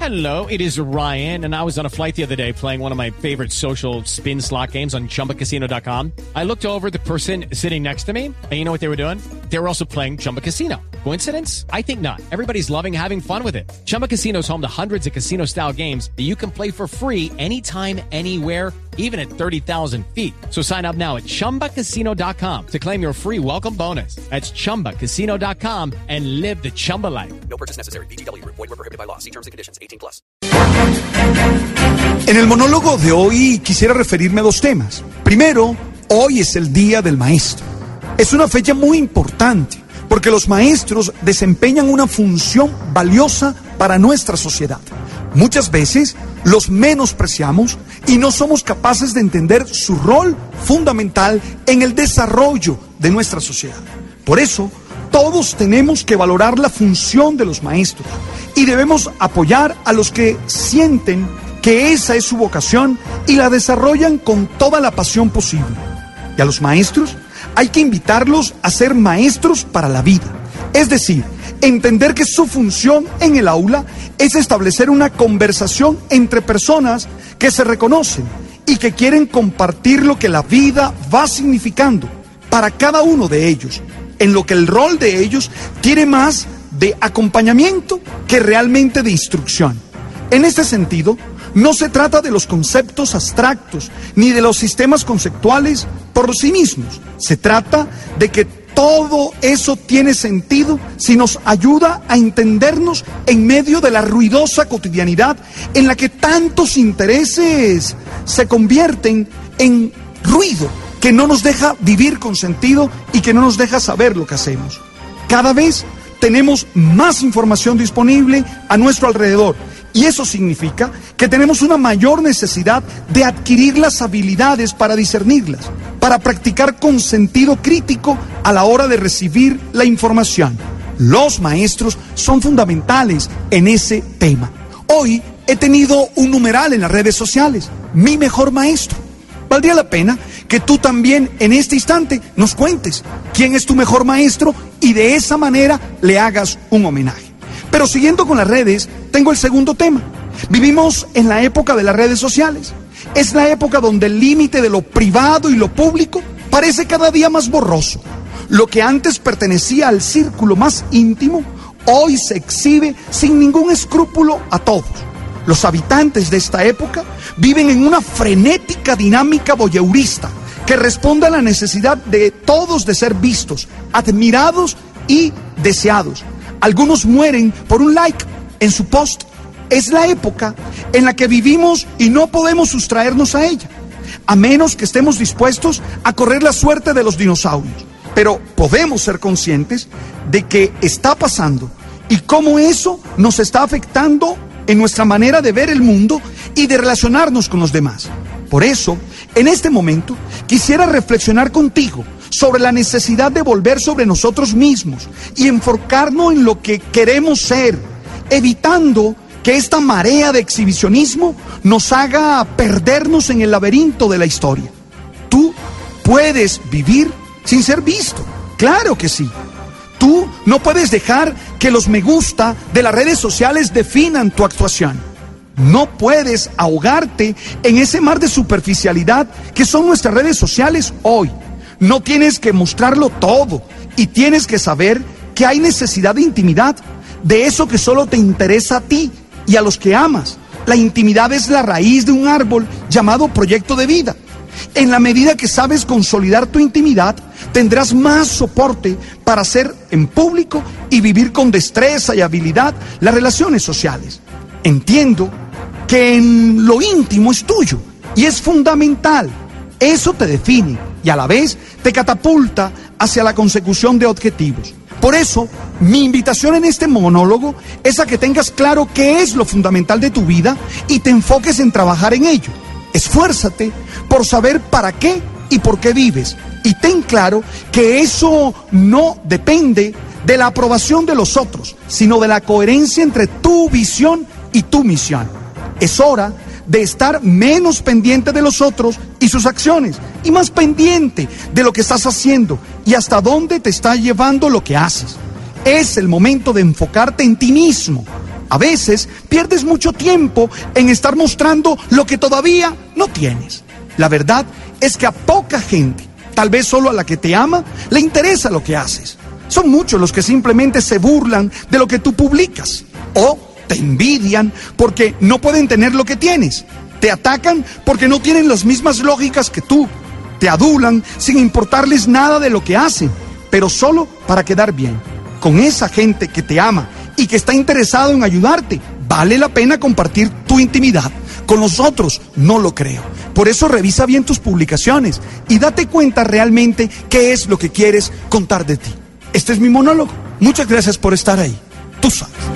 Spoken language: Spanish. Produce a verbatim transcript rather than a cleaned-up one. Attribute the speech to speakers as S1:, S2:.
S1: Hello, it is Ryan, and I was on a flight the other day playing one of my favorite social spin slot games on Chumba Casino dot com. I looked over at the person sitting next to me, and you know what they were doing? They were also playing Chumba Casino. Coincidence? I think not. Everybody's loving having fun with it. Chumba Casino is home to hundreds of casino-style games that you can play for free anytime, anywhere, even at thirty thousand feet. So sign up now at Chumba Casino dot com to claim your free welcome bonus. That's Chumba Casino dot com and live the Chumba life.
S2: No purchase necessary. V G W. Void where prohibited by law. See terms and conditions. eighteen plus.
S3: En el monólogo de hoy quisiera referirme a dos temas. Primero, hoy es el Día del Maestro. Es una fecha muy importante porque los maestros desempeñan una función valiosa para nuestra sociedad. Muchas veces los menospreciamos y no somos capaces de entender su rol fundamental en el desarrollo de nuestra sociedad. Por eso, todos tenemos que valorar la función de los maestros y debemos apoyar a los que sienten que esa es su vocación y la desarrollan con toda la pasión posible. Y a los maestros hay que invitarlos a ser maestros para la vida. Es decir, entender que su función en el aula es establecer una conversación entre personas que se reconocen y que quieren compartir lo que la vida va significando para cada uno de ellos, en lo que el rol de ellos tiene más de acompañamiento que realmente de instrucción. En este sentido, no se trata de los conceptos abstractos ni de los sistemas conceptuales por sí mismos. Se trata de que todo eso tiene sentido si nos ayuda a entendernos en medio de la ruidosa cotidianidad en la que tantos intereses se convierten en ruido que no nos deja vivir con sentido y que no nos deja saber lo que hacemos. Cada vez tenemos más información disponible a nuestro alrededor y eso significa que tenemos una mayor necesidad de adquirir las habilidades para discernirlas, para practicar con sentido crítico a la hora de recibir la información. Los maestros son fundamentales en ese tema. Hoy he tenido un numeral en las redes sociales, mi mejor maestro. Valdría la pena que tú también en este instante nos cuentes quién es tu mejor maestro y de esa manera le hagas un homenaje. Pero siguiendo con las redes, tengo el segundo tema. Vivimos en la época de las redes sociales. Es la época donde el límite de lo privado y lo público parece cada día más borroso. Lo que antes pertenecía al círculo más íntimo, hoy se exhibe sin ningún escrúpulo a todos. Los habitantes de esta época viven en una frenética dinámica voyeurista que responde a la necesidad de todos de ser vistos, admirados y deseados. Algunos mueren por un like en su post. Es la época en la que vivimos y no podemos sustraernos a ella, a menos que estemos dispuestos a correr la suerte de los dinosaurios. Pero podemos ser conscientes de que está pasando y cómo eso nos está afectando en nuestra manera de ver el mundo y de relacionarnos con los demás. Por eso, en este momento, quisiera reflexionar contigo sobre la necesidad de volver sobre nosotros mismos y enfocarnos en lo que queremos ser, evitando que esta marea de exhibicionismo nos haga perdernos en el laberinto de la historia. Tú puedes vivir sin ser visto, claro que sí. Tú no puedes dejar que los me gusta de las redes sociales definan tu actuación. No puedes ahogarte en ese mar de superficialidad que son nuestras redes sociales hoy. No tienes que mostrarlo todo y tienes que saber que hay necesidad de intimidad, de eso que solo te interesa a ti y a los que amas. La intimidad es la raíz de un árbol llamado proyecto de vida. En la medida que sabes consolidar tu intimidad, tendrás más soporte para hacer en público y vivir con destreza y habilidad las relaciones sociales. Entiendo que en lo íntimo es tuyo y es fundamental. Eso te define y a la vez te catapulta hacia la consecución de objetivos. Por eso, mi invitación en este monólogo es a que tengas claro qué es lo fundamental de tu vida y te enfoques en trabajar en ello. Esfuérzate por saber para qué y por qué vives. Y ten claro que eso no depende de la aprobación de los otros, sino de la coherencia entre tu visión y tu misión. Es hora de estar menos pendiente de los otros y sus acciones, y más pendiente de lo que estás haciendo y hasta dónde te está llevando lo que haces. Es el momento de enfocarte en ti mismo, A veces pierdes mucho tiempo en estar mostrando lo que todavía no tienes. La verdad es que a poca gente, tal vez solo a la que te ama, le interesa lo que haces. Son muchos los que simplemente se burlan de lo que tú publicas o te envidian porque no pueden tener lo que tienes. Te atacan porque no tienen las mismas lógicas que tú. Te adulan sin importarles nada de lo que hacen, pero solo para quedar bien. Con esa gente que te ama y que está interesado en ayudarte, vale la pena compartir tu intimidad. Con los otros no lo creo. Por eso revisa bien tus publicaciones y date cuenta realmente qué es lo que quieres contar de ti. Este es mi monólogo. Muchas gracias por estar ahí. Tú sabes.